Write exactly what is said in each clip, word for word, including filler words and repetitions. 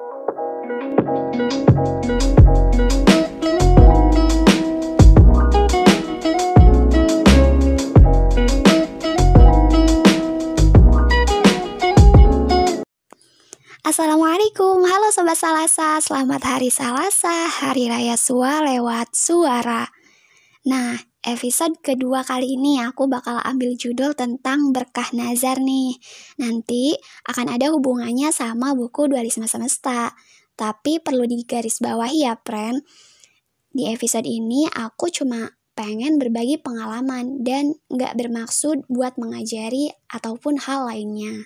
Assalamualaikum, halo Sobat Salasa, selamat hari Salasa, Hari Raya Sua lewat suara. Nah, episode kedua kali ini aku bakal ambil judul tentang berkah nazar nih. Nanti akan ada hubungannya sama buku Dualisme Semesta. Tapi perlu digarisbawahi ya, friend. Di episode ini aku cuma pengen berbagi pengalaman dan gak bermaksud buat mengajari ataupun hal lainnya.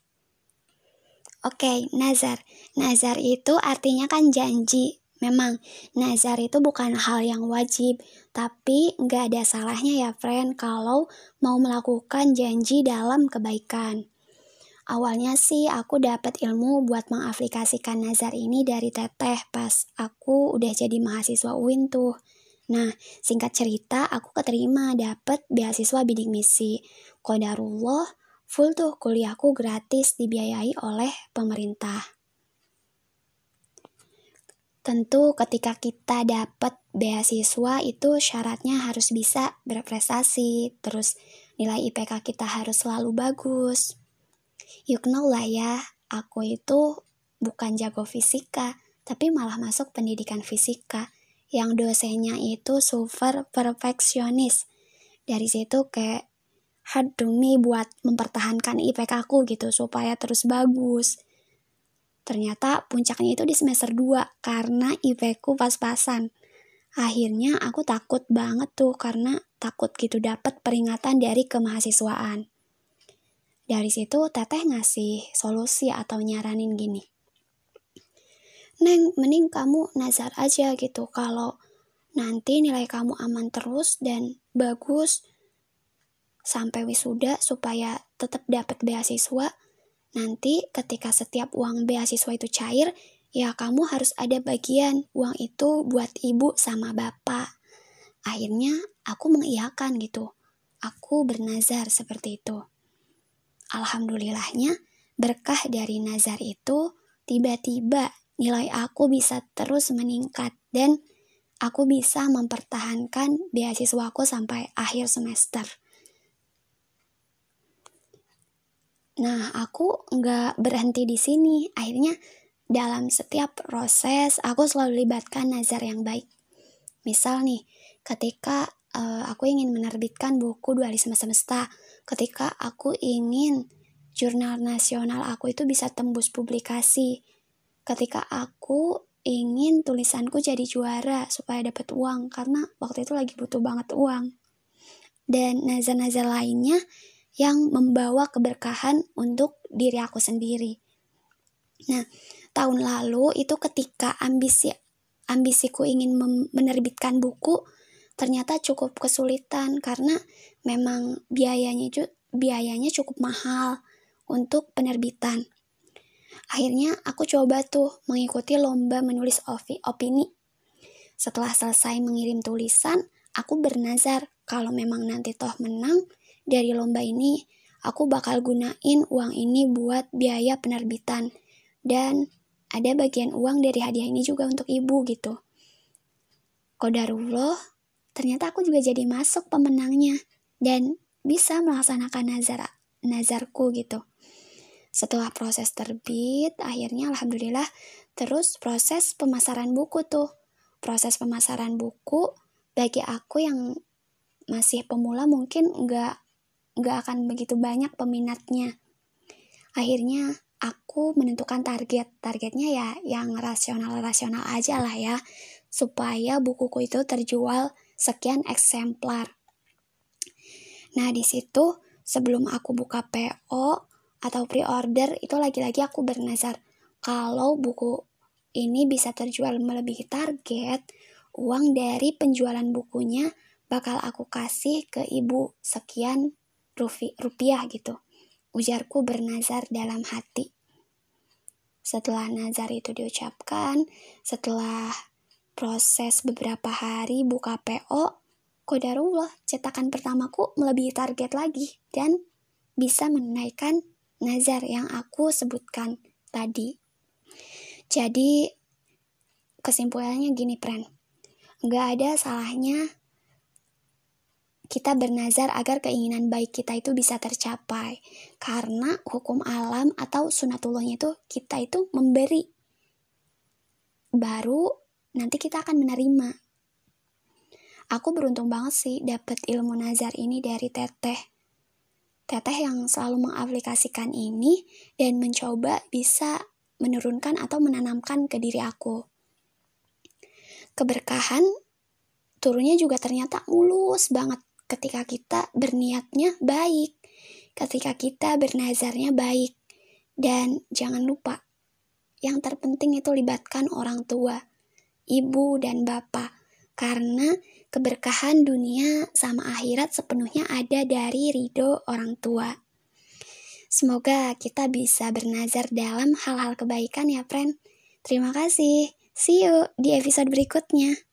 Oke, nazar. Nazar itu artinya kan janji. Memang, nazar itu bukan hal yang wajib, tapi nggak ada salahnya ya friend kalau mau melakukan janji dalam kebaikan. Awalnya sih aku dapat ilmu buat mengaplikasikan nazar ini dari teteh pas aku udah jadi mahasiswa U I N tuh. Nah, singkat cerita aku keterima dapat beasiswa bidik misi. Qadarullah, full tuh kuliahku gratis dibiayai oleh pemerintah. Tentu ketika kita dapat beasiswa itu syaratnya harus bisa berprestasi, terus nilai I P K kita harus selalu bagus. You know lah ya, aku itu bukan jago fisika, tapi malah masuk pendidikan fisika, yang dosennya itu super perfeksionis. Dari situ kayak hard demi buat mempertahankan I P K aku gitu, supaya terus bagus. Ternyata puncaknya itu di semester dua karena I P ku pas-pasan. Akhirnya aku takut banget tuh karena takut gitu dapat peringatan dari kemahasiswaan. Dari situ teteh ngasih solusi atau nyaranin gini. Neng, mending kamu nazar aja gitu kalau nanti nilai kamu aman terus dan bagus sampai wisuda supaya tetap dapat beasiswa. Nanti ketika setiap uang beasiswa itu cair, ya kamu harus ada bagian uang itu buat ibu sama bapak. Akhirnya aku mengiyakan gitu. Aku bernazar seperti itu. Alhamdulillahnya berkah dari nazar itu tiba-tiba nilai aku bisa terus meningkat dan aku bisa mempertahankan beasiswaku sampai akhir semester. Nah, aku nggak berhenti di sini. Akhirnya dalam setiap proses aku selalu libatkan nazar yang baik. Misal nih, ketika uh, aku ingin menerbitkan buku Dualisme Semesta, ketika aku ingin jurnal nasional aku itu bisa tembus publikasi, ketika aku ingin tulisanku jadi juara supaya dapat uang, karena waktu itu lagi butuh banget uang. Dan nazar-nazar lainnya yang membawa keberkahan untuk diri aku sendiri. Nah, tahun lalu itu ketika ambisi ambisiku ingin menerbitkan buku, ternyata cukup kesulitan karena memang biayanya biayanya cukup mahal untuk penerbitan. Akhirnya aku coba tuh mengikuti lomba menulis opini. Setelah selesai mengirim tulisan, aku bernazar kalau memang nanti toh menang dari lomba ini, aku bakal gunain uang ini buat biaya penerbitan. Dan ada bagian uang dari hadiah ini juga untuk ibu gitu. Qadarullah, ternyata aku juga jadi masuk pemenangnya. Dan bisa melaksanakan nazar, nazarku gitu. Setelah proses terbit, akhirnya alhamdulillah terus proses pemasaran buku tuh. Proses pemasaran buku bagi aku yang masih pemula mungkin enggak nggak akan begitu banyak peminatnya. Akhirnya aku menentukan target. Targetnya ya yang rasional-rasional aja lah ya. Supaya bukuku itu terjual sekian eksemplar. Nah di situ sebelum aku buka P O atau pre-order itu lagi-lagi aku bernazar. Kalau buku ini bisa terjual melebihi target, uang dari penjualan bukunya bakal aku kasih ke ibu sekian rupiah gitu. Ujarku bernazar dalam hati. Setelah nazar itu diucapkan, setelah proses beberapa hari buka P O, qadarullah cetakan pertamaku melebihi target lagi dan bisa menunaikan nazar yang aku sebutkan tadi. Jadi kesimpulannya gini, friend. Nggak ada salahnya kita bernazar agar keinginan baik kita itu bisa tercapai. Karena hukum alam atau sunatullahnya itu kita itu memberi. Baru nanti kita akan menerima. Aku beruntung banget sih dapat ilmu nazar ini dari teteh. Teteh yang selalu mengaplikasikan ini dan mencoba bisa menurunkan atau menanamkan ke diri aku. Keberkahan turunnya juga ternyata mulus banget ketika kita berniatnya baik, ketika kita bernazarnya baik. Dan jangan lupa, yang terpenting itu libatkan orang tua, ibu dan bapak, karena keberkahan dunia sama akhirat sepenuhnya ada dari ridho orang tua. Semoga kita bisa bernazar dalam hal-hal kebaikan ya, friend. Terima kasih. See you di episode berikutnya.